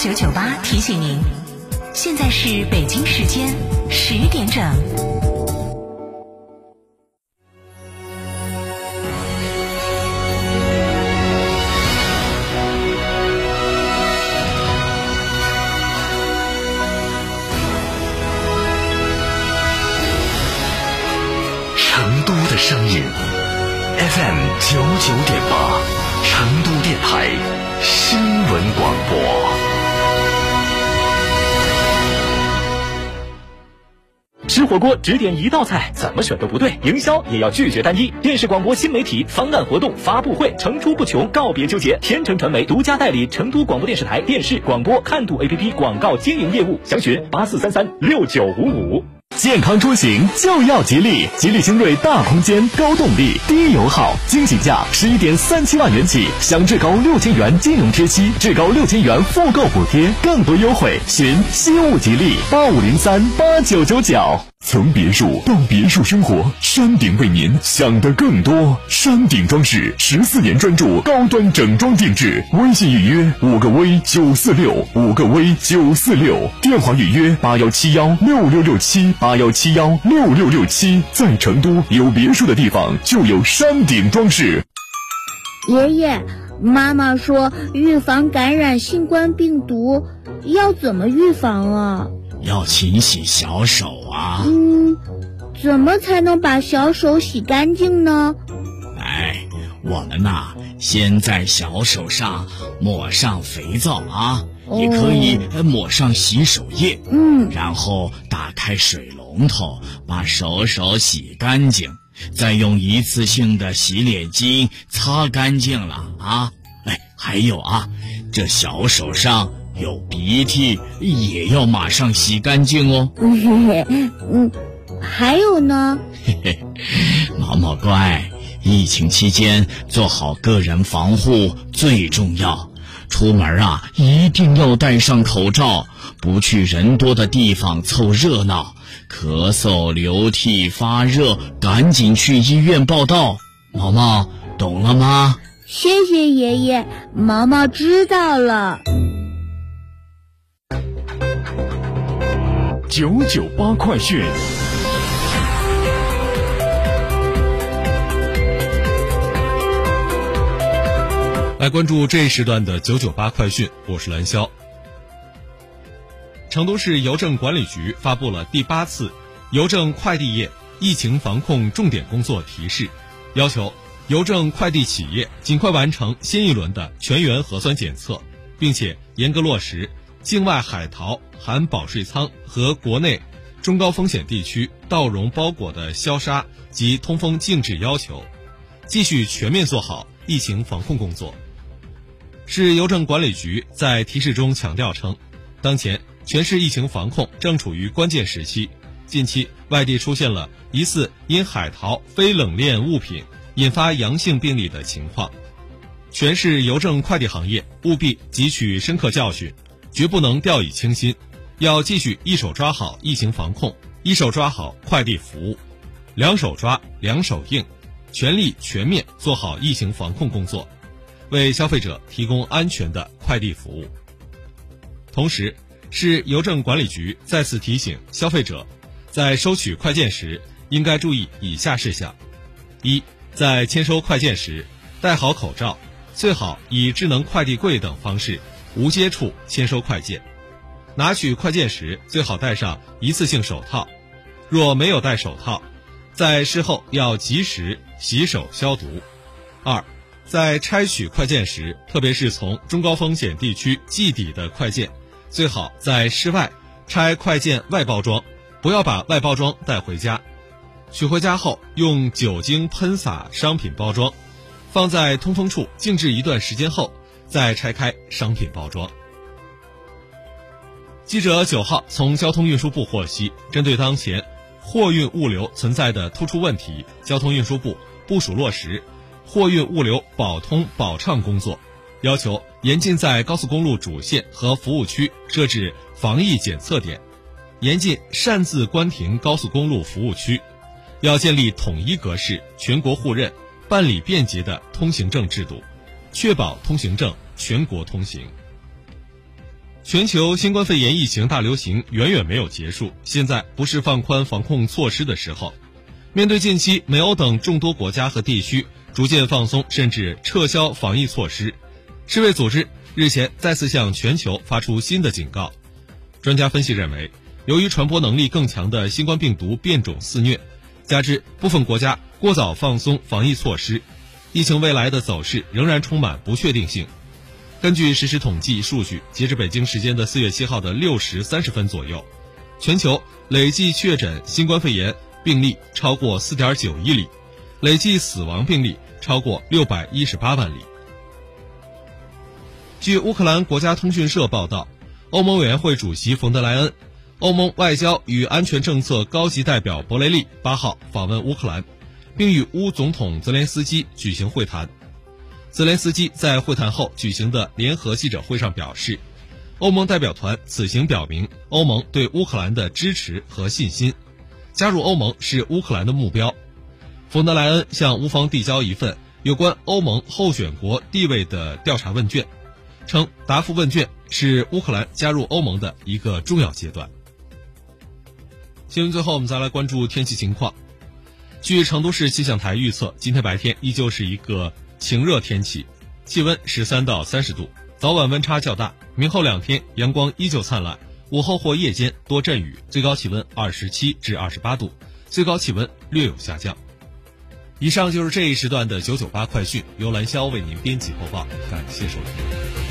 998提醒您，现在是北京时间10点整。 成都的声音 FM 99.8，成都电台新闻广播。 吃火锅只点一道菜，怎么选都不对，营销也要拒绝单一。电视广播新媒体方案活动发布会层出不穷，告别纠结。天成传媒独家代理成都广播电视台电视广播看度 APP 广告经营业务，详询84336955。 健康出行就要吉利，吉利星瑞大空间高动力低油耗，惊喜价11.37万元起，享至高6000元金融贴息，至高6000元复购补贴，更多优惠询西物吉利85038999。从别墅到别墅生活，山顶为您想得更多。山顶装饰14年专注高端整装定制，微信预约5个 V946，5个 V946，电话预约81716667，81716667。在成都有别墅的地方就有山顶装饰。 爷爷，妈妈说预防感染新冠病毒要怎么预防啊？ 要勤洗小手啊。 怎么才能把小手洗干净呢？ 我们先在小手上抹上肥皂啊，也可以抹上洗手液，然后打开水龙头，把手洗干净，再用一次性的洗脸巾擦干净了啊。还有这小手上有鼻涕也要马上洗干净哦。 还有呢？ 毛毛乖，疫情期间做好个人防护最重要，出门一定要戴上口罩，不去人多的地方凑热闹，咳嗽流涕发热赶紧去医院报到。毛毛懂了吗？ 谢谢爷爷，毛毛知道了。 998快讯。 来关注这一时段的998快讯，我是蓝霄。成都市邮政管理局发布了第8次邮政快递业疫情防控重点工作提示，要求邮政快递企业尽快完成新一轮的全员核酸检测，并且严格落实境外海淘含保税仓和国内中高风险地区到蓉包裹的消杀及通风静置要求，继续全面做好疫情防控工作。市邮政管理局在提示中强调称，当前全市疫情防控正处于关键时期，近期外地出现了疑似因海淘非冷链物品引发阳性病例的情况，全市邮政快递行业务必汲取深刻教训，绝不能掉以轻心，要继续一手抓好疫情防控，一手抓好快递服务，两手抓两手硬，全力全面做好疫情防控工作，为消费者提供安全的快递服务。同时，市邮政管理局再次提醒消费者，在收取快件时应该注意以下事项：一，在签收快件时戴好口罩，最好以智能快递柜等方式无接触签收快件。拿取快件时最好戴上一次性手套，若没有戴手套，在事后要及时洗手消毒。二，在拆取快件时，特别是从中高风险地区寄抵的快件，最好在室外拆快件外包装，不要把外包装带回家。取回家后，用酒精喷洒商品包装，放在通风处静置一段时间后，再拆开商品包装。记者9号从交通运输部获悉，针对当前货运物流存在的突出问题，交通运输部部署落实货运物流保通保畅工作，要求严禁在高速公路主线和服务区设置防疫检测点，严禁擅自关停高速公路服务区，要建立统一格式、全国互认、办理便捷的通行证制度，确保通行证全国通行。 全球新冠肺炎疫情大流行远远没有结束，现在不是放宽防控措施的时候。面对近期美欧等众多国家和地区逐渐放松甚至撤销防疫措施，世卫组织日前再次向全球发出新的警告。专家分析认为，由于传播能力更强的新冠病毒变种肆虐，加之部分国家过早放松防疫措施，疫情未来的走势仍然充满不确定性。根据实时统计数据，截至北京时间的4月7号的6时30分左右，全球累计确诊新冠肺炎病例超过 4.9 亿例，累计死亡病例超过618万例。据乌克兰国家通讯社报道，欧盟委员会主席冯德莱恩、欧盟外交与安全政策高级代表博雷利8号访问乌克兰，并与乌总统泽连斯基举行会谈。泽连斯基在会谈后举行的联合记者会上表示，欧盟代表团此行表明欧盟对乌克兰的支持和信心，加入欧盟是乌克兰的目标。冯德莱恩向乌方递交一份有关欧盟候选国地位的调查问卷，称答复问卷是乌克兰加入欧盟的一个重要阶段。新闻最后我们再来关注天气情况。据成都市气象台预测，今天白天依旧是一个晴热天气，气温13到30度，早晚温差较大。明后2天阳光依旧灿烂，午后或夜间多阵雨，最高气温27至28度，最高气温略有下降。以上就是这一时段的998快讯，由蓝霄为您编辑播报，感谢收听。